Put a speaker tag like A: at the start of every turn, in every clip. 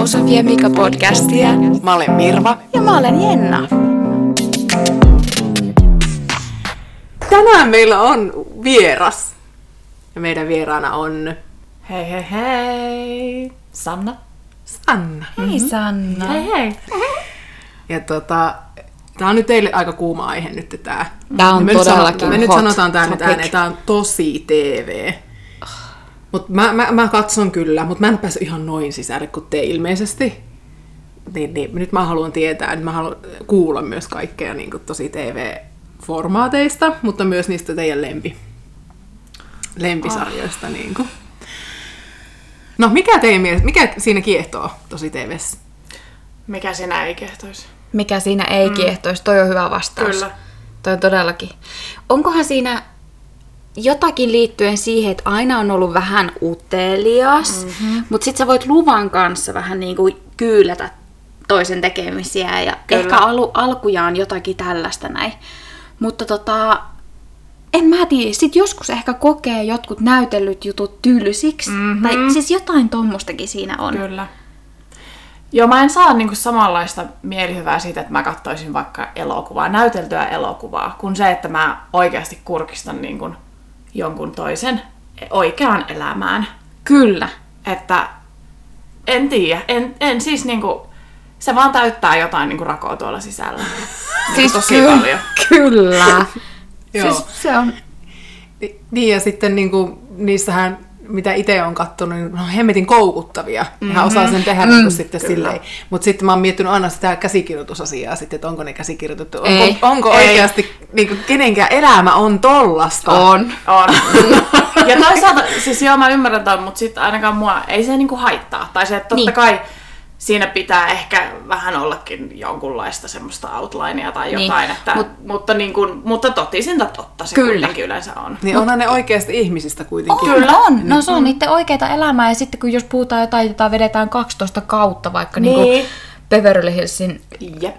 A: Sofia Mika podcastia.
B: Mä olen Mirva.
A: Ja mä olen Jenna.
B: Tänään meillä on vieras. Ja meidän vieraana on...
C: Hei hei hei! Sanna.
B: Sanna.
A: Hei Sanna.
C: Hei hei!
B: Ja tää on nyt teille aika kuuma aihe nyt tää.
A: Tää on todellakin
B: Me nyt
A: hot
B: sanotaan tää nyt
A: topic.
B: ääneen, tää on tosi TV. Mut mä katson kyllä, mutta mä en päässyt ihan noin sisälle kuin te ilmeisesti. Niin, nyt mä haluan tietää, että mä haluan kuulla myös kaikkea niin kuin tosi TV-formaateista, mutta myös niistä teidän lempisarjoista. Niin kuin. No, mikä teidän mielestä, mikä siinä kiehtoo tosi TV:ssä?
C: Mikä sinä ei kehtoisi?
A: Mikä siinä ei kiehtoisi? Toi on hyvä vastaus.
C: Kyllä.
A: Toi on todellakin. Onkohan siinä jotakin liittyen siihen, että aina on ollut vähän utelias, mutta sit sä voit luvan kanssa vähän niinku kyylätä toisen tekemisiä ja
C: Kyllä.
A: ehkä alkujaan jotakin tällaista näin. Mutta en mä tiedä, sit joskus ehkä kokee jotkut näytellyt jutut tylsiksi, tai siis jotain tommostakin siinä on.
C: Kyllä. Joo, mä en saa niinku samanlaista mielihyvää siitä, että mä katsoisin vaikka elokuvaa, näyteltyä elokuvaa, kuin se, että mä oikeasti kurkistan niinku jonkun toisen oikeaan elämään.
A: Kyllä.
C: Että en tiedä, en siis niinku, se vaan täyttää jotain niinku rakoa tuolla sisällä. Siis tosi paljon.
A: Kyllä.
B: Joo.
A: Siis se on...
B: Niin ja sitten niinku, niissähän, mitä itse on kattonut, niin on hemmetin koukuttavia. Hän osaa sen tehdä niin sitten silleen. Mutta sitten mä oon miettinyt aina sitä käsikirjoitusasiaa sitten, että onko ne käsikirjoitettu. Onko oikeasti niinku, kenenkään elämä on tollasta?
A: On.
C: Ja toisaalta, siis joo mä ymmärrän ton, mutta sitten ainakaan mua ei se niinku haittaa. Tai se, että totta kai siinä pitää ehkä vähän ollakin jonkunlaista semmoista outlinea tai jotain, että, mutta totisinta totta se kuitenkin yleensä on.
B: Niin onhan ne oikeasti ihmisistä kuitenkin.
A: Kyllä on. No se on niiden oikeita elämää ja sitten kun jos puhutaan jotain, jota vedetään 12 kautta vaikka niin Beverly Hillsin...
C: Jep.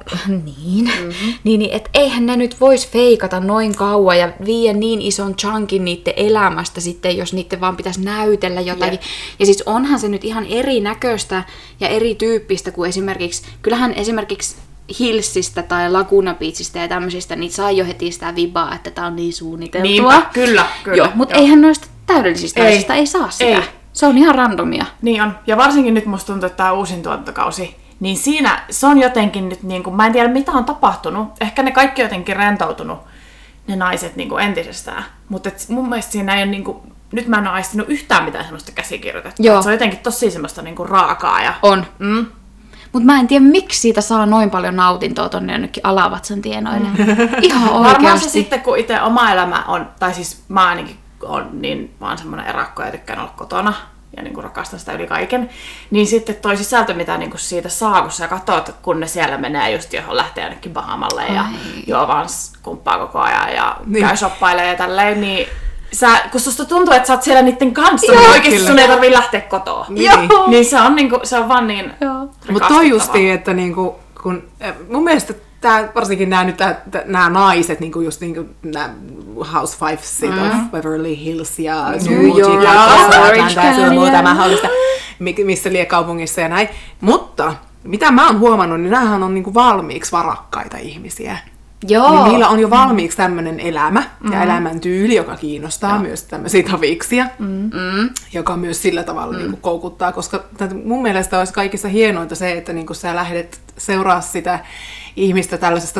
A: Niin, et eihän ne nyt vois feikata noin kauan ja viedä niin ison chunkin niiden elämästä sitten, jos niiden vaan pitäisi näytellä jotakin.
C: Jep.
A: Ja siis onhan se nyt ihan erinäköistä ja erityyppistä kuin esimerkiksi, kyllähän esimerkiksi Hillsistä tai Laguna Beachistä ja tämmöisistä, niin saa jo heti sitä vibaa, että tää on niin suunniteltua.
C: Niinpä, kyllä.
A: Joo, mutta eihän noista täydellisistä naisista ei saa sitä.
C: Ei.
A: Se on ihan randomia.
C: Niin on. Ja varsinkin nyt musta tuntuu, että tää uusin tuotantokausi, niin siinä se on jotenkin nyt, niin kuin, mä en tiedä mitä on tapahtunut. Ehkä ne kaikki on jotenkin rentoutunut, ne naiset niin kuin entisestään. Mutta mun mielestä siinä ei ole, niin kuin, nyt mä en ole aistinut yhtään mitään semmoista käsikirjoitettua. Se on jotenkin tosi semmoista niin kuin raakaa. Ja...
A: On. Mutta mä en tiedä, miksi siitä saa noin paljon nautintoa tonne jonnekin alavatsan tienoille. Ihan oikeasti.
C: Varmaan se sitten, kun itse oma elämä on, tai siis mä ainakin on niin vaan semmoinen erakko ja tykkään olla kotona. Ja niin kuin rakastan sitä yli kaiken, niin sitten toi sisältö, mitä niin kuin siitä saa, kun sä katsot, kun ne siellä menee just johon lähtee jonnekin Bahamalle ja juo vaan kumppaa koko ajan ja käy shoppailemaan ja tälleen, niin kun susta tuntuu, että sä oot siellä niiden kanssa, niin oikeesti sun ei tarvii lähteä kotoa. Niin se on, niinku, se on vaan niin rikastuttavaa.
B: Mutta toi justiin, että niinku, kun, mun mielestä varsinkin nämä naiset, niinku just niinku nämä Housewives of Beverly Hills ja
A: New York, Orange County,
B: tämä mahdollista, missä lie kaupungissa ja näin. Mutta mitä mä oon huomannut, niin näähän on niinku valmiiksi varakkaita ihmisiä.
A: Joo.
B: Niin niillä on jo valmiiksi tämmöinen elämä ja elämäntyyli, joka kiinnostaa myös tämmöisiä taviksia, joka myös sillä tavalla niinku koukuttaa, koska mun mielestä olisi kaikista hienointa se, että niinku sä lähdet seuraa sitä ihmistä tällaisesta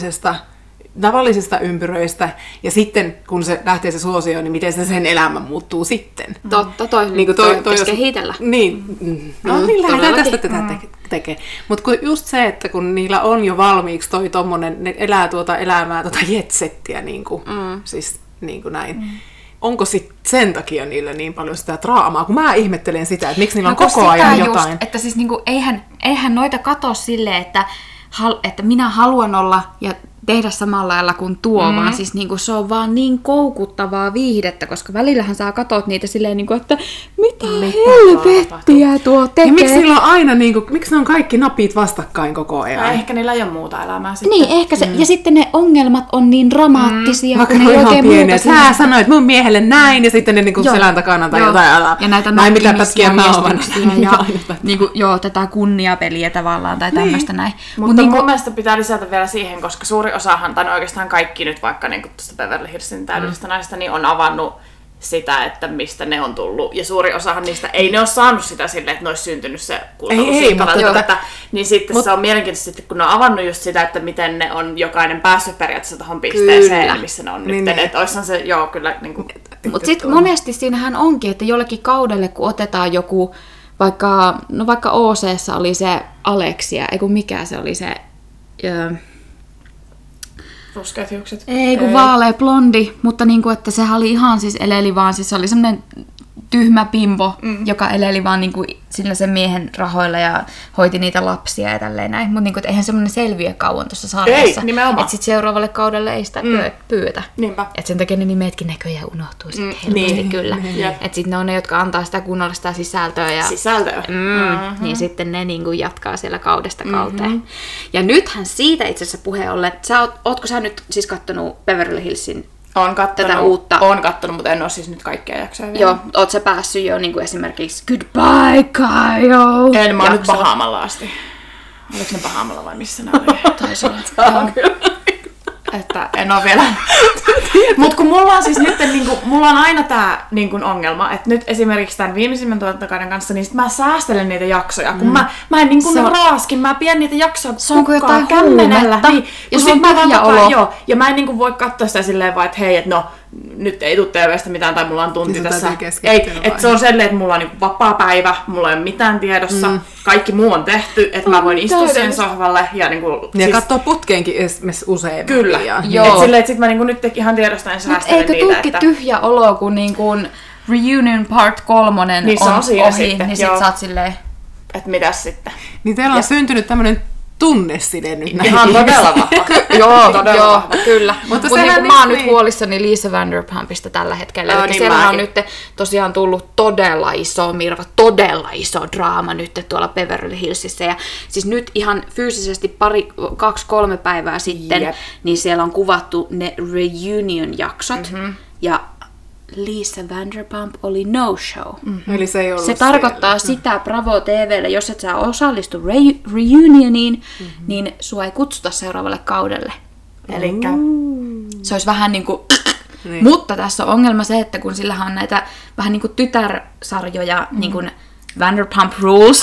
B: tavallisista ympyröistä, ja sitten kun se lähtee se suosio, niin miten se sen elämä muuttuu sitten.
A: Totta, toi kehitellä.
B: Niin, niin lähdetään tästä tätä tekemään. Mutta just se, että kun niillä on jo valmiiksi toi tommonen, ne elää tuota elämää, jetsettiä, niinku, siis niinku näin. Onko sit sen takia niillä niin paljon sitä draamaa, kun mä ihmettelen sitä, että miksi niillä on koko ajan jotain.
A: Just, että siis niinku, eihän noita katso silleen, että minä haluan olla ja tehdä samalla lailla kuin tuo, vaan siis niinku se on vaan niin koukuttavaa viihdettä, koska välillähän sä katot niitä silleen, niinku, että mitä helvettiä tuo tekee.
B: Ja miksi niillä on aina, niinku, miksi ne on kaikki napit vastakkain koko ajan?
C: Ehkä niillä ei ole muuta elämää sitten.
A: Niin, ehkä se, ja sitten ne ongelmat on niin dramaattisia,
B: Vaikka
A: kun
B: ne
A: ne
B: on ihan
A: oikein
B: pieniä.
A: muuta.
B: Sä sanoit mun miehelle näin, ja sitten ne niinku selän takana tai jotain.
A: Ja näitä
B: näin mitä pätkiä mä oon.
A: ja niinku, tätä kunniapeliä tavallaan tai tämmöistä näin.
C: Mutta mun mielestä pitää lisätä vielä siihen, koska suuri osahan, tai oikeastaan kaikki nyt vaikka niin tuosta Beverly Hillsin täydellisestä naisesta, niin on avannut sitä, että mistä ne on tullut. Ja suuri osahan niistä ei ne ole saanut sitä silleen, että ne olisi syntynyt se kultalusiikka. Niin sitten se on mielenkiintoista, sitten, kun ne on avannut just sitä, että miten ne on jokainen päässyt periaatteessa tuohon pisteeseen, missä ne on nyt. Että olisihan se, kyllä. Niin
A: mutta sitten monesti siinähän onkin, että jollekin kaudelle, kun otetaan joku, vaikka OC:ssa oli se Alexia, ei kun mikä se oli se...
C: Ruskeat hiukset.
A: Ei kun vaalea blondi, mutta niinku, että sehän oli ihan siis eleli vaan, siis se oli semmoinen tyhmä pimpo, joka eleli vaan niinku sillä sen miehen rahoilla ja hoiti niitä lapsia ja tälleen näin. Mutta niinku, eihän semmoinen selviä kauan tuossa sarjassa.
C: Ei, nimenomaan.
A: Että sitten seuraavalle kaudelle ei sitä pyytä.
C: Niinpä.
A: Että sen takia ne nimetkin näköjään unohtuu sitten helposti kyllä. Että sitten ne on ne, jotka antaa sitä kunnollista sisältöä. Ja, niin sitten ne niinku jatkaa siellä kaudesta kauteen. Ja nythän siitä itse asiassa puheen ollen, ootko sä nyt siis kattonut Beverly Hillsin tätä uutta?
C: Oon kattonut, mutta en ole siis nyt kaikkia jaksoja vielä.
A: Joo, oot sä päässyt jo niin kuin esimerkiksi Goodbye Kyle?
C: En, mä oon nyt Bahamalla asti. Oliko ne Bahamalla vai missä ne oli?
A: Taisi olla.
C: Että en oo vielä. Mut kun mulla on siis nyt, mulla on aina tää ongelma, että nyt esimerkiksi tämän viimeisimmän tuotantokauden kanssa, niin sit mä säästelen niitä jaksoja, kun mä en raaskin, mä pidän niitä jaksoja
A: se on kuin jotain
C: kämmenellä.
A: niin, ja sulla on tyhjä olo.
C: Joo, ja mä en voi katsoa sitä silleen vaan, että hei, että no, nyt ei tule TV:stä mitään tai mulla on tunti
B: niin
C: tässä. Ei, että se on silleen, että mulla on vapaa päivä, mulla ei ole mitään tiedossa, kaikki muu on tehty, että mä voin istua sen sohvalle ja
B: ja katsoa putkeenkin esimerkiksi usein.
C: Kyllä. Joo. Silleen, että sit mä nyt ihan tiedostaen säästelen niitä.
A: Eikö tulekin tyhjä olo, kun Reunion Part 3
C: niin
A: on ohi,
C: sitten,
A: niin sit sä oot silleen...
C: Että mitäs sitten?
B: Niin teillä on syntynyt tämmönen tunneside nyt näin.
C: Ihan todella vahva.
A: Joo, kyllä.
B: Mutta
A: niin mä oon nyt huolissani Lisa Vanderpumpista tällä hetkellä. Eli siellä on nyt tosiaan tullut todella iso draama nyt tuolla Beverly Hillsissä. Ja siis nyt ihan fyysisesti 2-3 päivää sitten, niin siellä on kuvattu ne reunion-jaksot. Ja Lisa Vanderpump oli no-show.
B: Eli se
A: tarkoittaa sitä Bravo TV:lle, jos et sä osallistu reunioniin, niin sua ei kutsuta seuraavalle kaudelle.
C: Elikkä
A: se olisi vähän niinku... Mutta tässä on ongelma se, että kun sillähän on näitä vähän niinku tytärsarjoja, niin kuin Vanderpump Rules,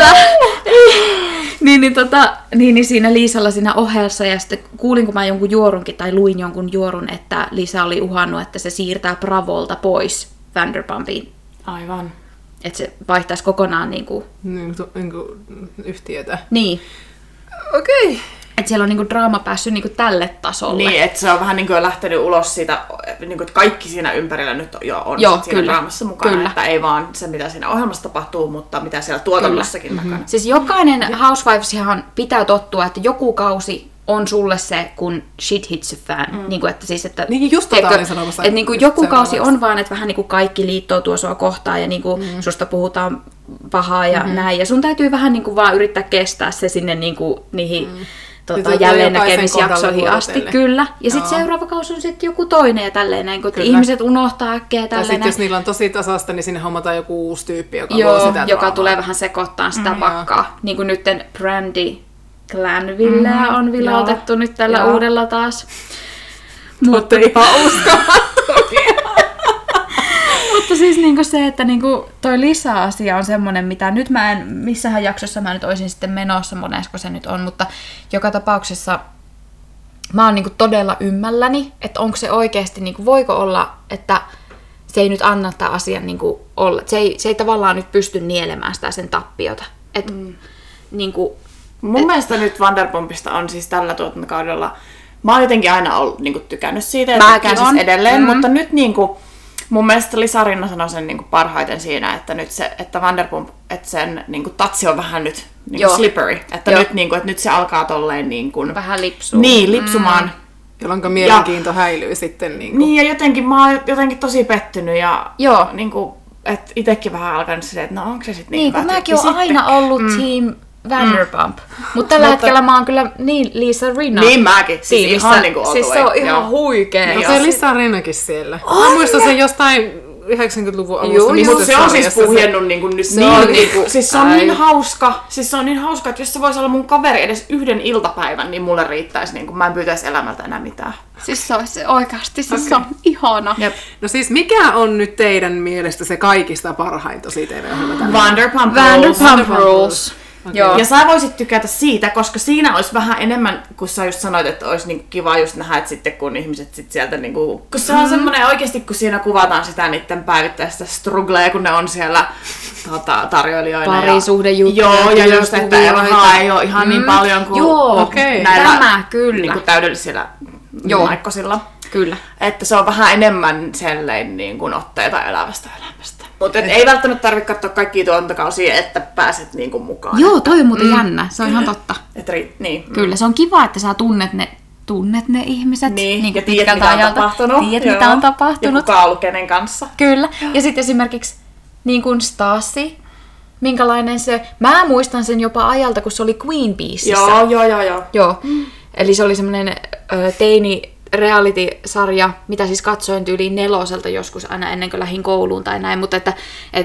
A: niin siinä Liisalla siinä ohessa, ja sitten kuulinko mä jonkun juorunkin, tai luin jonkun juorun, että Lisa oli uhannut, että se siirtää Bravolta pois Vanderpumpiin.
C: Aivan.
A: Että se vaihtaisi kokonaan niinku
B: yhtiötä.
A: Niin.
B: Okei.
A: Että siellä on draama päässyt tälle tasolle.
C: Niin, että se on vähän lähtenyt ulos siitä, että kaikki siinä ympärillä nyt jo on siinä draamassa mukana. Kyllä. Että ei vaan se, mitä siinä ohjelmassa tapahtuu, mutta mitä siellä tuotannossakin takana.
A: Siis jokainen Housewivesihan pitää tottua, että joku kausi on sulle se, kun shit hits a fan.
B: Niin just olin sanomassa.
A: Että joku kausi on vaan, että vähän kaikki liittoutuu sua kohtaan ja susta puhutaan pahaa ja näin. Ja sun täytyy vähän vaan yrittää kestää se sinne niihin jälleen näkemisjaksoihin asti, kyllä. Ja sitten seuraava kausi on sitten joku toinen ja tälleen näin, kun ihmiset unohtaa äkkiä tälleen.
B: Ja sitten jos niillä on tosi tasasta, niin sinne hommataan joku uusi tyyppi, joka luo sitä
A: joka tulee vähän sekoittaa sitä pakkaa. Niin kuin nytten Brandi Glanvilleä on vilautettu nyt tällä uudella taas.
B: Mutta ihan uskomattomia.
A: Mutta siis se, että toi Lisa-asia on semmoinen, mitä nyt mä en, missähän jaksossa mä nyt olisin sitten menossa, monesko se nyt on, mutta joka tapauksessa mä oon todella ymmälläni, että onko se oikeasti, voiko olla, että se ei nyt anna tämän asian olla, se ei tavallaan nyt pysty nielemään sitä sen tappiota.
C: Mun mielestä nyt Vanderpumpista on siis tällä tuotantokaudella, mä oon jotenkin aina ollut tykännyt siitä ja tykkään siis edelleen, mutta nyt mun mielestä Lisa Rinna sanoi sen parhaiten siinä, että nyt se, että Vanderpump sen niinku tatsi on vähän nyt niinku slippery. Että nyt, niinku, että nyt se alkaa tolleen niinku,
A: vähän lipsua.
C: Niin, lipsumaan.
B: Jolloin mielenkiinto häilyy sitten.
C: Niin, ja jotenkin mä oon jotenkin tosi pettynyt ja niinku, että itekin vähän alkanut silleen, että no onko se sitten
A: niin, kun mäkin oon aina ollut Team Vanderpump. Mutta tällä hetkellä mä oon kyllä niin Lisa Rinna.
C: Niin mäkin. Siis ihan niinku all the way.
A: Se on ihan huikea.
B: No se Lisa Rinnakin siellä. Mä muistan sen jostain 90-luvun alusta.
C: Mutta se on siis puhjennut niinku nyt siis se on niin hauska. Siis se on niin hauska, että jos se voisi olla mun kaveri edes yhden iltapäivän, niin mulle riittäisi niinku, mä en pyytäisi elämältä enää mitään.
A: Siis se on se oikeasti, se on ihana.
C: Jep.
B: No siis mikä on nyt teidän mielestä se kaikista parhain tosi TV-ohjelma?
C: Vanderpump Rules.
B: Okay.
C: Joo. Ja sä voisit tykätä siitä, koska siinä olisi vähän enemmän, kun sä just sanoit, että olisi niinku kiva just nähdä, että sitten kun ihmiset sit sieltä niinku... Kun se on semmoinen oikeasti, kun siinä kuvataan sitä niiden päivittäistä strugglea, kun ne on siellä tarjoilijoina.
A: Parisuhdejuttuja.
C: Joo, ja just, että rahaa ei ole ihan niin paljon kuin näillä
A: tämä kyllä.
C: Niinku täydellisillä naikkosilla.
A: Kyllä.
C: Että se on vähän enemmän sellein niin kuin otteita elävästä elämästä. Mutta ei välttämättä tarvitse katsoa kaikkia tuotantokausia, että pääset niin kuin mukaan.
A: Joo, toi on muuten jännä. Se on ihan totta.
C: Niin.
A: Kyllä, se on kiva, että sä tunnet ne ihmiset.
C: Niin ja tiedät, mitä on tapahtunut.
A: Tiedät, mitä on tapahtunut.
C: Ja kuka on ollut kenen kanssa.
A: Kyllä. Ja sitten esimerkiksi niin kuin Stassi, minkälainen se... Mä muistan sen jopa ajalta, kun se oli Queen Beesissä. Joo. Eli se oli semmoinen teini reality-sarja, mitä siis katsoin tyyliin 4 joskus aina ennen kuin lähdin kouluun tai näin, mutta että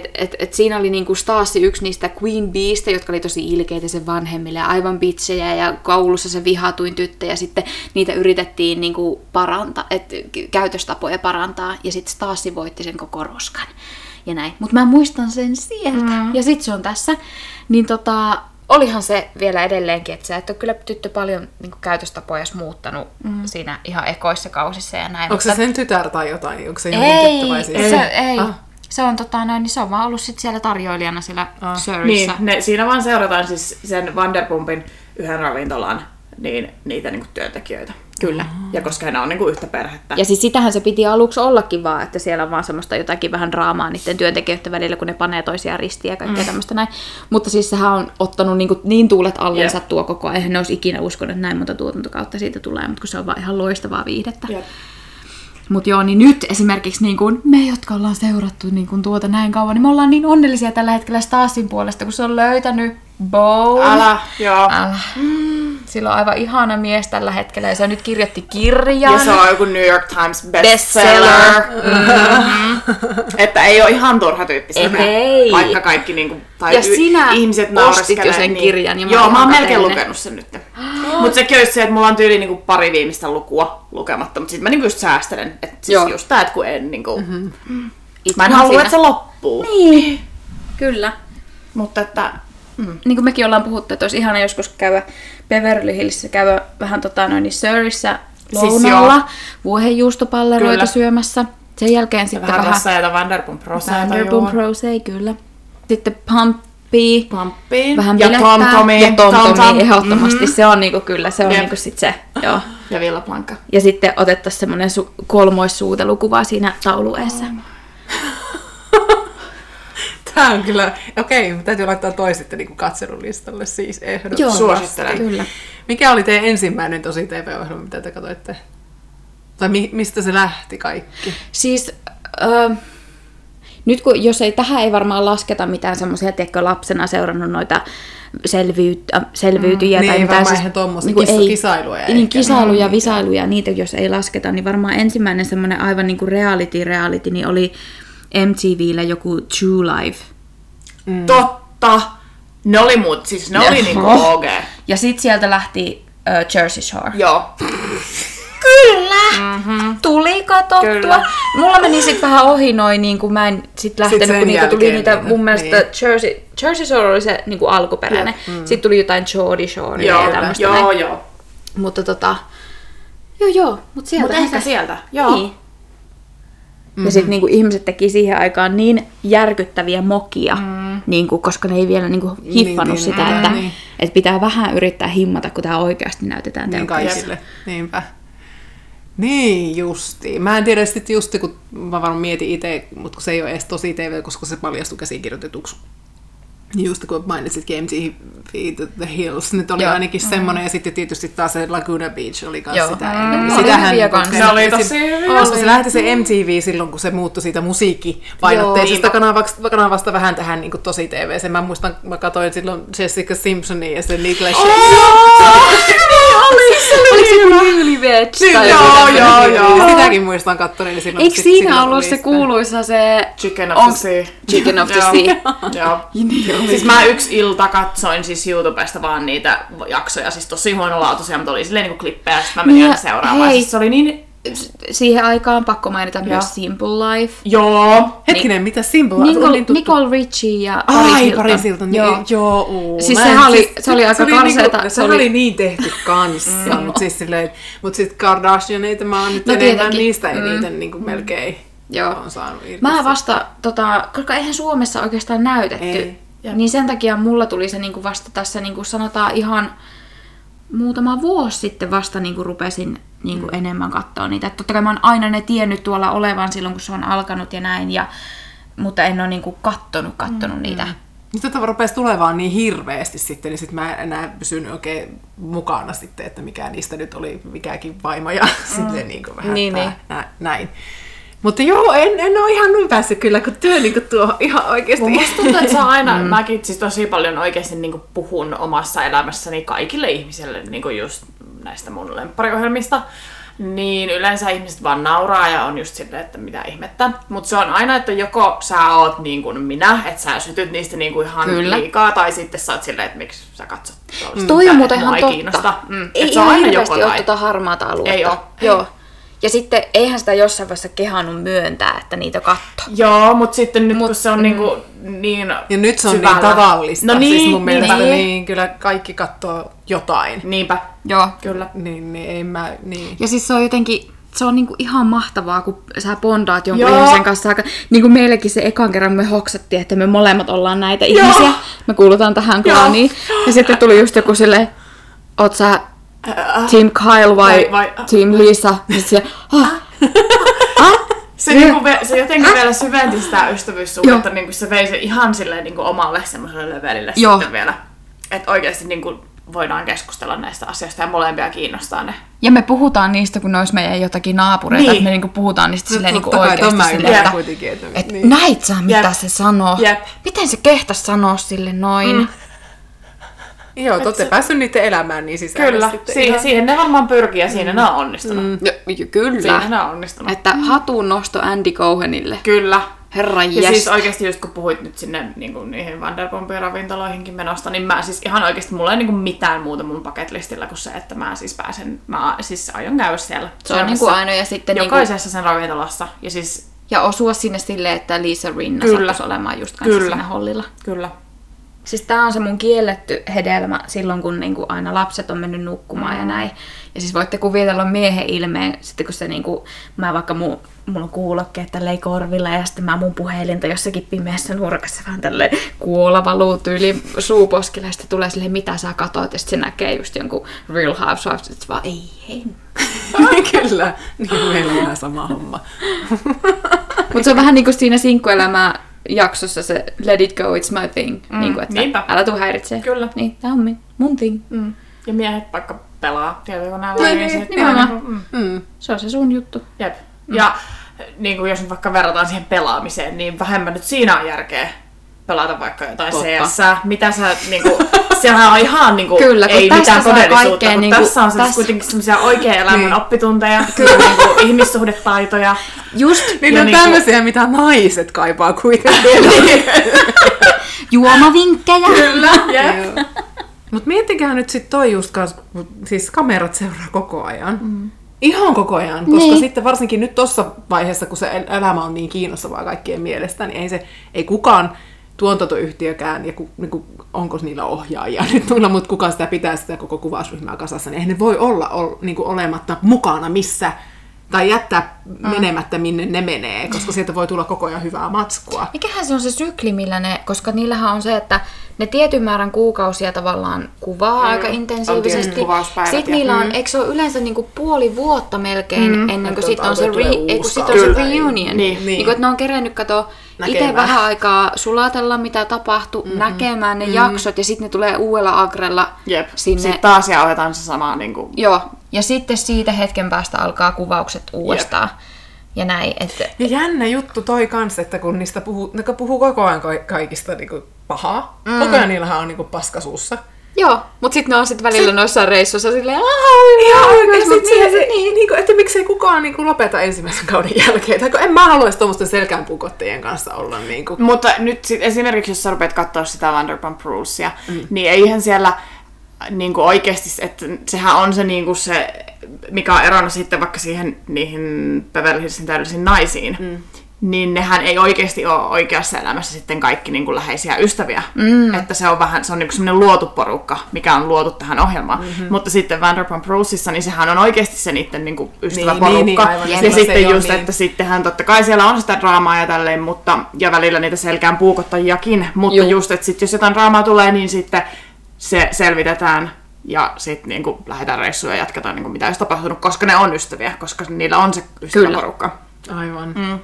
A: siinä oli niinku Stassi yksi niistä Queen Beestä, jotka oli tosi ilkeitä sen vanhemmille ja aivan bitsejä ja koulussa se vihatuin tyttö ja sitten niitä yritettiin niinku parantaa, käytöstapoja parantaa ja sitten Stassi voitti sen koko roskan ja näin. Mutta mä muistan sen sieltä ja sitten se on tässä, niin olihan se vielä edelleenkin, että sä et ole kyllä tyttö paljon niin käytöstapoja muuttanut siinä ihan ekoissa kausissa ja näin.
B: Onko se sen tytär tai jotain? Onko se
A: ei,
B: tyttö vai siis?
A: Ei. Se on, niin se on vaan ollut sit siellä tarjoilijana siellä Surreyssä.
C: Niin, siinä vaan seurataan siis sen Vanderpumpin yhden ravintolan niitä niinku työntekijöitä.
A: Kyllä.
C: Ja koska ne on niinku yhtä perhettä.
A: Ja siis sitähän se piti aluksi ollakin vaan, että siellä on vaan semmoista jotakin vähän draamaa niiden työntekijöiden välillä, kun ne panee toisiaan ristiin ja kaikkea tämmöistä näin. Mutta siis sehän on ottanut niin tuulet allensa tuo koko ajan. Eihän ne olisi ikinä uskonut, että näin monta tuotantokautta siitä tulee, mutta kun se on vaan ihan loistavaa viihdettä. Mutta joo, niin nyt esimerkiksi niin kun me, jotka ollaan seurattu niin kun tuota näin kauan, niin me ollaan niin onnellisia tällä hetkellä Stassin puolesta, kun se on löytänyt Bowen.
C: Älä.
A: Sillä on aivan ihana mies tällä hetkellä ja se nyt kirjoitti kirjan.
C: Ja se on joku New York Times bestseller. Että ei ole ihan turha tyyppi siinä.
A: Ei.
C: Vaikka kaikki niinku, tai
A: ja sinä
C: ihmiset
A: ostit jo sen kirjan. Ja
C: joo, mä oon melkein lukenut sen nyt. Mutta sekin olisi se, että mulla on tyyli niinku pari viimeistä lukua lukematta, mutta sit mä niinku just säästelen. Että siis just tää, että kun en niinku... Mä en halua, että se loppuu.
A: Niin. Kyllä.
C: Mutta että...
A: Niin kuin mekin ollaan puhuttu, että olisi ihana joskus käydä Beverly Hillsissä, käydä vähän Surreyssä lounalla, siis vuohenjuustopalleroita syömässä. Sen jälkeen sitten vähän
C: rassaita Vanderpump Roseita.
A: Vanderpump Rose, kyllä. Sitten Pumpy. Vähän
C: ja
A: Tom-Tomi. Ja Tom-Tomi ehdottomasti. Se on niinku kyllä, se on niinku sit se. Joo.
C: Ja Villa Blanca.
A: Ja sitten otettaisiin semmoinen kolmoissuutelukuva siinä taulueessa.
B: Tää on kyllä... Okei, täytyy laittaa toi sitten niin katselulistalle siis ehdottomasti.
A: Joo,
C: suosittelen.
A: Kyllä.
B: Mikä oli teidän ensimmäinen tosi TV-ohjelma, mitä te katsoitte? Tai mistä se lähti kaikki?
A: Siis... Nyt jos tähän ei varmaan lasketa mitään semmoisia, tiedätkö, lapsena seurannut noita selviytyjiä tai mitään.
B: Siis, kisailuja.
A: Niin, kisailuja, visailuja, niitä jos ei lasketa, niin varmaan ensimmäinen semmoinen aivan niin kuin reality, niin oli MTVllä joku True Life.
C: Totta! Ne oli oli niinku OG.
A: Ja sit sieltä lähti Jersey Shore.
C: Joo.
A: Kyllä! Tuli katsottua. Kyllä. Mulla meni sit vähän ohi noin, niin kuin mä en sit lähtenyt, kun niitä tuli niitä, mun mielestä Jersey Shore oli se niin kuin alkuperäinen. Sitten tuli jotain Geordie Shore ja tämmöstä.
C: Joo.
A: Mutta joo. Mut sieltä.
C: Ehkä sieltä, joo.
A: Niin. Ja sitten niinku ihmiset teki siihen aikaan niin järkyttäviä mokia, niinku, koska ne ei vielä niinku hiffannut sitä, että pitää vähän yrittää himmata, kun tämä oikeasti näytetään
B: kaikille. Niinpä. Niin justiin. Mä en tiedä sitten justi, kun mä varmaan mietin itse, mutta kun se ei ole edes tosi TV, koska se paljastui käsikirjoitetuksi. Just kun mainitsitkin MTV The Hills, nyt oli ainakin semmoinen, ja sitten tietysti taas se Laguna Beach oli kanssa sitä ennen.
A: Sitähän
C: se oli tosi hyviä.
B: Koska se lähti se MTV silloin, kun se muuttui siitä musiikkipainotteisesta kanavasta vähän tähän niin tosi TV. Mä muistan, mä katsoin silloin Jessica Simpsonia ja se Little
A: Joo.
B: Sitäkin muistan katsoneeni silloin.
A: Eikö siinä ollut se kuuluisa se...
C: Chicken of the Sea.
A: Chicken of the Sea.
C: Joo. Siis mä yksi ilta katsoin siis YouTubesta vaan niitä jaksoja, siis tosi huonolaatuisia, mutta oli silleen niinku klippejä, ja sit mä menin aina seuraavaan. Siis se oli niin...
A: Siihen aikaan pakko mainita myös Simple Life.
C: Joo.
B: Hetkinen, mitä Simple Life?
A: Nicole Richie ja
B: Paris Hilton. Joo.
A: Siis se oli aika karseeta.
B: Se oli niin tehty kanssa, mutta siis silleen, mutta sit Kardashianeita mä oon nyt enemmän niistä eniten niinku melkein on saanut irti.
A: Mä vasta, koska eihän Suomessa oikeastaan näytetty, niin sen takia mulla tuli se niinku vasta tässä niinku sanotaan ihan muutama vuosi sitten vasta niinku rupesin niinku enemmän katsoa niitä. Et totta kai mä oon aina ne tiennyt tuolla olevan silloin, kun se on alkanut ja näin, mutta en ole niinku kattonut niitä.
B: Nyt rupesi tulevaan niin hirveästi sitten, niin sitten mä en enää pysynyt oikein mukana sitten, että mikä niistä nyt oli mikäkin vaimo ja silleen niin kuin vähän näin. Mutta joo, en ole ihan noin päässyt kyllä, kun työ niin kuin tuo ihan oikeasti.
C: Musta tuntuu, että se on aina, mäkin siis tosi paljon oikeasti niin kuin puhun omassa elämässäni kaikille ihmisille niin kuin just näistä mun lemppariohjelmista. Niin yleensä ihmiset vaan nauraa ja on just silleen, että mitä ihmettä. Mutta se on aina, että joko sä oot niin kuin minä, että sä sytyt niistä niin kuin ihan liikaa, tai sitten sä oot silleen, että miksi sä katsot tuollaista.
A: Toi on muuten ihan totta.
C: Ei
A: se on aina hirveästi ole tuota harmaata aluetta.
C: Ei oo.
A: Joo. Ja sitten eihän sitä jossain vaiheessa kehannut myöntää, että niitä katsoo.
C: Joo, mutta sitten nyt kun se on niinku niin
B: ja nyt se on
C: syvällä.
B: Niin tavallista.
C: No niin,
B: siis mun mielestä niin kyllä kaikki katsoo jotain.
C: Niinpä.
A: Joo.
C: Kyllä.
B: Niin ei mä, niin.
A: Ja siis se on jotenkin, se on niinku ihan mahtavaa, kun sä bondaat jonkun ihmisen kanssa. Niin kuin meillekin se ekan kerran me hoksattiin, että me molemmat ollaan näitä ihmisiä. Me kuulutaan tähän klaaniin. Ja sitten tuli just joku silleen, oot sä Team Kyle vai Team Lisa?
C: Se jotenkin vielä syventi sitä ystävyyssuhdetta, niin kuin se vei se ihan silleen niin kuin omalle semmoiselle levelille sitten vielä. Että oikeasti niin kuin voidaan keskustella näistä asioista ja molempia kiinnostaa ne.
A: Ja me puhutaan niistä, kun ne olisi meidän jotakin naapureita, että me niinku puhutaan niistä silleen niinku oikeasti silleen, että näit sä mitä se sanoo? Miten se kehtäisi sanoa sille noin?
B: Joo, te olette päässyt niiden elämään niin sisälle.
C: Kyllä, siihen ne varmaan pyrkii ja siinä ne on onnistunut.
A: Kyllä.
C: Siinä ne on onnistunut.
A: Että hatun nosto Andy Cohenille.
C: Kyllä.
A: Herran
C: ja siis oikeasti just kun puhuit nyt sinne niin niihin Vanderpumpin ravintoloihinkin menosta, niin mä siis ihan oikeasti mulla ei niin mitään muuta mun bucket-listillä kuin se, että mä siis aion käydä siellä.
A: Se on niin aina ja sitten
C: jokaisessa sen ravintolassa. Ja siis
A: ja osua sinne silleen, että Lisa Rinna sattuisi olemaan just kanssa siinä hollilla.
C: Kyllä.
A: Siis tää on se mun kielletty hedelmä silloin, kun niinku aina lapset on mennyt nukkumaan ja näin. Ja siis voitte kuvitella miehen ilmeen, sitten kun se niinku, mä vaikka mulla on kuulokkeet tälleen korvilla ja sitten mä mun puhelinta jossakin pimeässä nurkassa vähän tälleen kuola valuu tyyli suuposkilla ja sitten tulee silleen, mitä sä katot ja sitten se näkee just jonkun Real Housewives, että vaan ei.
B: Kyllä, niin meillä on ihan sama homma.
A: Mutta se on vähän niinku siinä sinkkuelämää jaksossa se let it go, it's my thing. Niin kuin, että niinpä. Älä tuu häiritsee.
C: Kyllä.
A: Niin, tää on mun thing.
C: Ja miehet vaikka pelaa tietokoneella.
A: Se on se sun juttu.
C: Jep. Ja niin kuin jos nyt vaikka verrataan siihen pelaamiseen, niin vähemmän nyt siinä on järkeä pelata vaikka jotain CS. Mitä sä niinku, sehän on ihan niinku,
A: kyllä,
C: ei mitään todellisuutta, mutta
A: niinku,
C: tässä on kuitenkin semmoisia oikean elämän oppitunteja, niinku, ihmissuhdetaitoja.
B: Just. Niin on niinku, tämmöisiä, mitä naiset kaipaa kuitenkin.
A: Juomavinkkejä.
C: Kyllä,
B: Mutta miettikää nyt sit toi just siis kamerat seuraa koko ajan. Ihan koko ajan, koska sitten varsinkin nyt tossa vaiheessa, kun se elämä on niin kiinnostavaa kaikkien mielestä, niin ei kukaan tuotantoyhtiökään, ja onko niillä ohjaajia nyt tulla, mutta kukaan sitä pitää sitä koko kuvausryhmää kasassa, niin eihän ne voi olla olematta mukana missä, tai jättää menemättä minne ne menee, koska sieltä voi tulla koko ajan hyvää matskua.
A: Mikähän se on se sykli, millä koska niillähän on se, että ne tietyn määrän kuukausia tavallaan kuvaa aika intensiivisesti. Sitten niillä on, eikö se ole yleensä niinku puoli vuotta melkein ennen kuin sitten on se reunion. Niin, että ne on kerennyt itse vähän aikaa sulatella, mitä tapahtui, näkemään ne jaksot, ja sitten ne tulee uudella agrella sinne.
C: Sitten taas jauhetaan se sama. Niin kuin...
A: Joo, ja sitten siitä hetken päästä alkaa kuvaukset uudestaan. Ja näin. Että...
B: Ja jännä juttu toi kanssa, että kun niistä puhuu koko ajan kaikista niinku pahaa. Koko ajan niillähän on niinku paska suussa.
A: Joo, mutta sitten ne on sitten välillä noissa reissuissa silleen,
B: että miksei kukaan niinku lopeta ensimmäisen kauden jälkeen. Tai en mä haluaisi tuommoisten selkäänpuukottajien kanssa olla. Niinku.
C: Mutta nyt sit esimerkiksi, jos sä rupeat katsoa sitä Vanderpump Rulesia, niin eihän siellä niinku oikeasti, että sehän on se, niinku se, mikä on erona sitten vaikka niihin Beverly Hillsin täydellisiin naisiin. Niin nehän ei oikeasti ole oikeassa elämässä sitten kaikki niin kuin läheisiä ystäviä. Että se on vähän, se on niin kuin semmoinen luotu porukka, mikä on luotu tähän ohjelmaan. Mutta sitten Vanderpump Rulesissa, niin sehän on oikeasti se niiden niin kuin ystäväporukka. Ja sitten just, että sittenhän totta kai siellä on sitä draamaa ja tälleen, ja välillä niitä selkään puukottajiakin. Mutta just, että sit, jos jotain draamaa tulee, niin sitten se selvitetään. Ja sitten niin lähdetään reissuun ja jatketaan niin mitä olisi tapahtunut, koska ne on ystäviä, koska niillä on se ystäväporukka.
B: Aivan.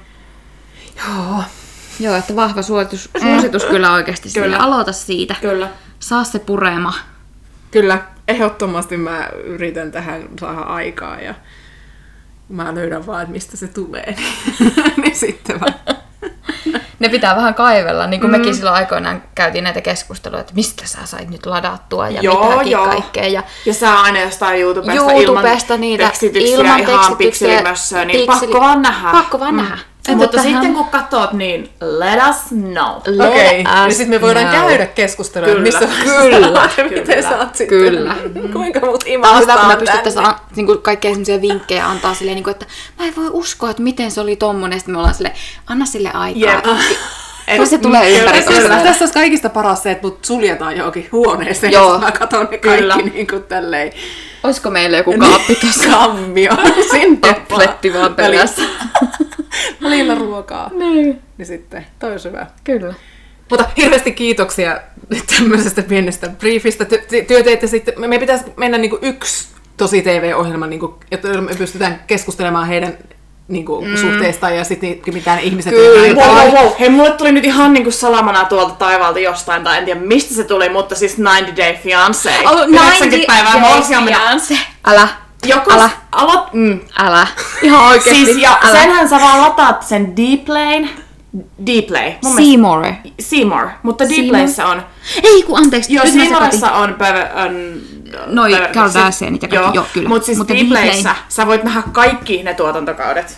A: Joo, että vahva suositus kyllä oikeasti sille. Aloita siitä.
C: Kyllä.
A: Saa se purema.
B: Kyllä, ehdottomasti mä yritän tähän saada aikaa ja mä löydän vaan, että mistä se tulee. Niin sitten vaan.
A: Ne pitää vähän kaivella, niin kuin mekin silloin aikoinaan käytiin näitä keskusteluja, että mistä sä sait nyt ladattua ja mitäkin kaikkea.
C: Ja saa aina jostain
A: YouTubesta niitä
C: tekstityksiä ihan pikselimössöä, niin pakko vaan nähdä.
A: Pakko vaan nähdä.
C: Mutta sitten kun katsot, niin let us know.
B: Okei, ja sitten me voidaan käydä keskustelua, missä miten sä oot sitten.
A: Kyllä.
B: Kuinka mut
A: imastaa. Hyvä, kun me pystyttäisiin kaikkea sellaisia vinkkejä antaa silleen, että mä en voi uskoa, että miten se oli tommonen. Sitten me ollaan silleen, anna sille aikaa. Kun se tulee ympäri.
B: Tässä olisi kaikista paras se, että mut suljetaan johonkin huoneeseen, ja mä katson ne kaikki niin kuin tälleen.
A: Olisiko meillä joku kaappi tuossa?
B: Kammio. Sinne
A: Appletti vaan perässä.
B: Välillä ruokaa. Niin sitten, toi olisi hyvä.
A: Kyllä.
B: Mutta hirveästi kiitoksia tämmöisestä pienestä briefistä. Työ teette sitten, me pitäisi mennä niinku yksi tosi TV-ohjelma, niinku, jotta me pystytään keskustelemaan heidän niinku, suhteistaan ja sitten mitään ihmiset...
C: Wow. Hei, mulle tuli nyt ihan niinku salamana tuolta taivaalta jostain, tai en tiedä mistä se tuli, mutta siis 90 Day Fiancé. 90 päivää
A: Fiancé. Älä. Älä. Ihan oikeesti.
C: Siis, ja senhän sä vaan lataat sen Dplay. Seymour. Mutta Dplayssä on...
A: Ei kun anteeksi.
C: Joo, Seymourissa on
A: noi Kardashianit ja kaikki. Joo, kyllä.
C: Mutta siis Dplayssä sä voit nähdä kaikki ne tuotantokaudet.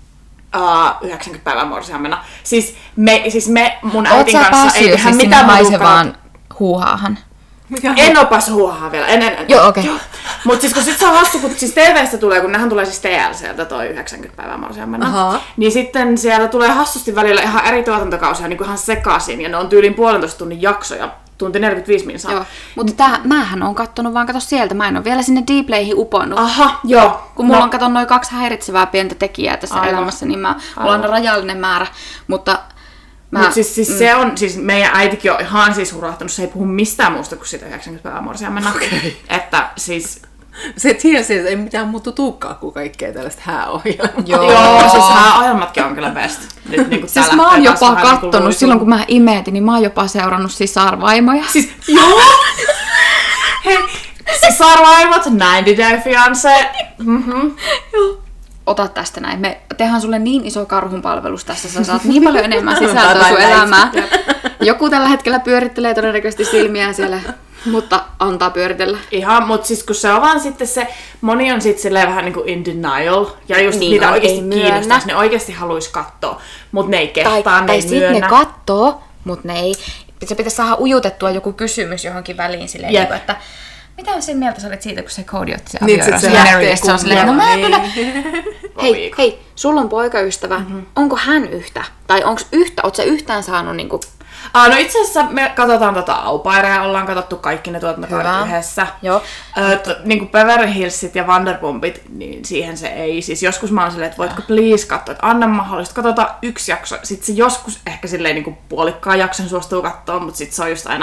C: 90 päivää morsiamena. Siis me mun äitin kanssa ei tehdä mitään
A: haisevaan huuhaahan?
C: En oo päässyt huuhaan vielä. En.
A: Joo, okei.
C: Okay. Mut siis kun sit se on hassu, kun siis TV:stä tulee, kun nehän tulee siis TLC:ltä toi 90 päivää morsiamena. Niin sitten siellä tulee hassusti välillä ihan eri tuotantokausia niin kuin ihan sekaisin. Ja ne on tyyliin 1,5 tunnin jaksoja. Tunti 45 minsaa.
A: Joo, mutta mähän oon kattonut vaan sieltä. Mä en oo vielä sinne Dplayhin uponnut.
C: Aha, joo.
A: Kun mulla on katon noin 2 häiritsevää pientä tekijää tässä elämässä, niin mulla on rajallinen määrä. Mutta
C: siis se on, siis meidän äitikin on ihan siis hurahtanut, se ei puhu mistään muusta kuin siitä 90 päivää morsiamena.
B: Okay.
C: Että siis...
B: Se tiesi, että ei mitään muuta tuukkaa kuin kaikkea tällaista hääohjelmaa.
C: Joo, siis hääohjelmatkin on kyllä best. Nyt, niin
A: siis mä oon jopa kattonut, silloin kun mä imeetin, niin mä oon jopa seurannut sisarvaimoja.
C: Siis, joo! Hei, sisarvaimot, 90 Day Fiancé.
A: Joo. Ota tästä näin. Me tehdään sulle niin iso karhunpalvelus tässä, sä saat niin paljon enemmän sisältöä sun elämää. Joku tällä hetkellä pyörittelee todennäköisesti silmiään siellä, mutta antaa pyöritellä.
C: Ihan, mutta siis kun se on vaan sitten se, moni on sitten silleen vähän niinku in denial, ja just
A: niin,
C: niitä oikeasti kiinnostaisi, ne oikeasti haluaisi katsoa, mutta ne ei kehtaa, ne ei myönnä.
A: Tai sitten ne kattoo, mutta ne ei, se pitäisi saada ujutettua joku kysymys johonkin väliin silleen, niin, että mitä sen mieltä sä olet siitä, kun se Cody otti se avioerossa Marylle? Se on silleen, no mä kyllä... Hei, sulla on poikaystävä. Onko hän yhtä? Tai onko yhtä? Oot sä yhtään saanut niinku...
C: No itse asiassa me katsotaan Au Pairea, ollaan katsottu kaikki ne tuotantokaudet yhdessä.
A: Joo.
C: Niinku Beverly Hillsit ja Vanderpumpit, niin siihen se ei. Siis joskus mä oon silleen, että voitko please katsoa, että anna mahdollista, katsotaan yksi jakso. Sitten se joskus ehkä silleen niinku puolikkaan jakson suostuu katsoa, mutta sitten se on just aina,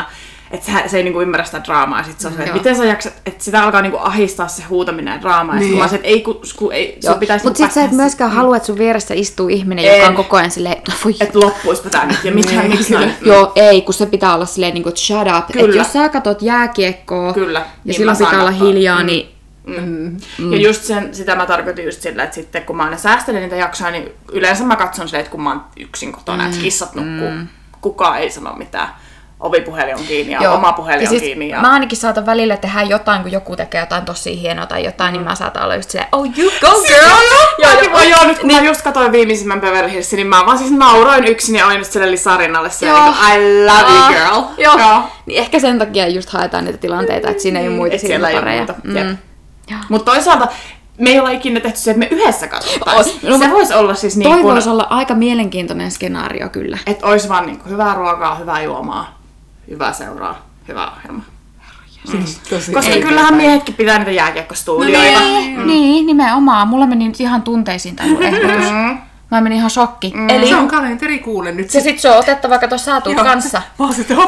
C: että se ei niinku ymmärrä sitä draamaa. Ja sit se on se, että miten sä jaksat, että sitä alkaa niinku ahistaa se huutaminen ja draama. Ja sitten mä se, että ei, sun pitäisi...
A: Mutta sit sä et myöskään halua, että sun vieressä istuu ihminen, joka on koko ajan silleen,
C: että loppuispa tää nyt ja miksi näin.
A: Joo, ei, kun se pitää olla silleen niinku, että shut up. Että jos sä katot jääkiekkoa ja niin silloin pitää olla hiljaa, niin...
C: Ja just sitä mä tarkoitin just sillä, että sitten kun mä aina säästelen niitä jaksoja, niin yleensä mä katson silleen, että kun mä oon yksin kotona, että kissat nukkuu, kukaan ei sano mitään. Ovipuhelin on kiinni ja oma puhelin on kiinni. Ja...
A: Mä ainakin saatan välillä tehdä jotain, kun joku tekee jotain tosi hienoa tai jotain, niin mä saatan olla just silleen, oh you go girl!
C: Joo, nyt kun mä just katsoin viimeisimmän Beverly Hillsin, niin mä vaan siis nauroin yksin ja olin just sille Lisarinalle se, I love you girl.
A: Joo. Niin ehkä sen takia just haetaan niitä tilanteita, että siinä ei ole muita silmäpareja.
C: Mutta toisaalta me ei olla ikinä tehty se, että me yhdessä katsotaan. Se voisi olla siis niin
A: kuin... Toi voisi olla aika mielenkiintoinen skenaario kyllä.
C: Että olisi vaan niin kuin hyvää ruokaa, hyvää juomaa, hyvää seuraa, hyvää ohjelmaa. Koska kyllähän miehetkin pitää niitä jääkiekkostuudioita.
A: Niin, nimenomaan. Mulla meni nyt ihan tunteisiin tämä ehdotus. Mä menin ihan shokki.
B: Eli se on kalenteri, kuule nyt.
A: Se sit se on otettava, kato sä tuut kanssa.
B: Mä oon sitten,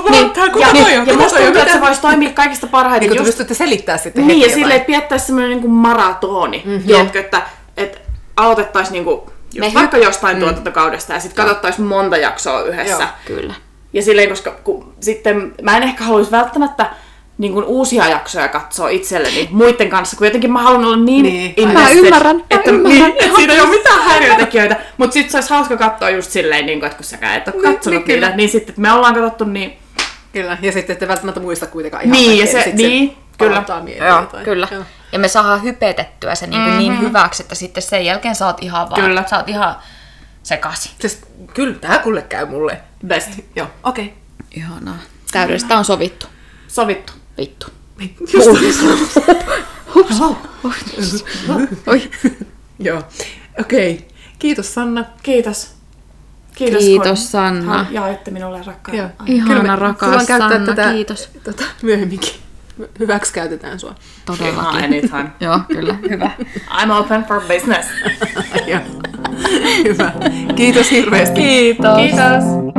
B: ja
C: musta tuntuu, että se voisi toimia kaikista parhaiten.
B: Niin kun te pystytte selittää sitten
C: niin, ja silleen, että piettäisi semmoinen niin kuin maratoni. Tiedätkö, että aloitettaisiin niin kuin just vaikka jostain tuotantokaudesta ja sitten katsottaisiin monta jaksoa yhdessä.
A: Kyllä.
C: Ja silleen, koska sitten mä en ehkä haluaisi välttämättä niin kuin uusia jaksoja katsoa itselleni muiden kanssa, kun jotenkin mä haluan olla niin invested,
A: ymmärrän.
C: Että siinä ei ole mitään häiriötekijöitä. Mutta sitten se olisi hauska katsoa just silleen, niin kuin, että kun säkään et ole katsonut niitä, niin sitten me ollaan katsottu niin...
B: Kyllä, ja sitten ette välttämättä muista kuitenkaan ihan
C: niin, ja se, niin, kyllä.
A: Kyllä. Ja me saadaan hypetettyä se niin hyväksi, että sitten sen jälkeen sä oot ihan vaan, sä oot ihan sekaisin.
B: Siis, kyllä, tää kuule käy mulle.
C: Best.
B: Joo, okei.
A: Ihanaa. Täydellistä on sovittu.
C: Sovittu.
A: Vittu.
B: Oi. Joo. Okei. Kiitos Sanna.
C: Kiitos.
A: Kiitos Sanna.
C: Jaoitte minulle rakkautta.
A: Ihana rakas Sanna,
B: tätä,
A: kiitos.
B: Myöhemminkin. Hyväksi käytetään sua.
A: Todellakin.
C: Anytime.
A: Joo, kyllä. Hyvä.
C: I'm open for business.
B: Hyvä. Kiitos hirveästi.
A: Kiitos.
C: Kiitos.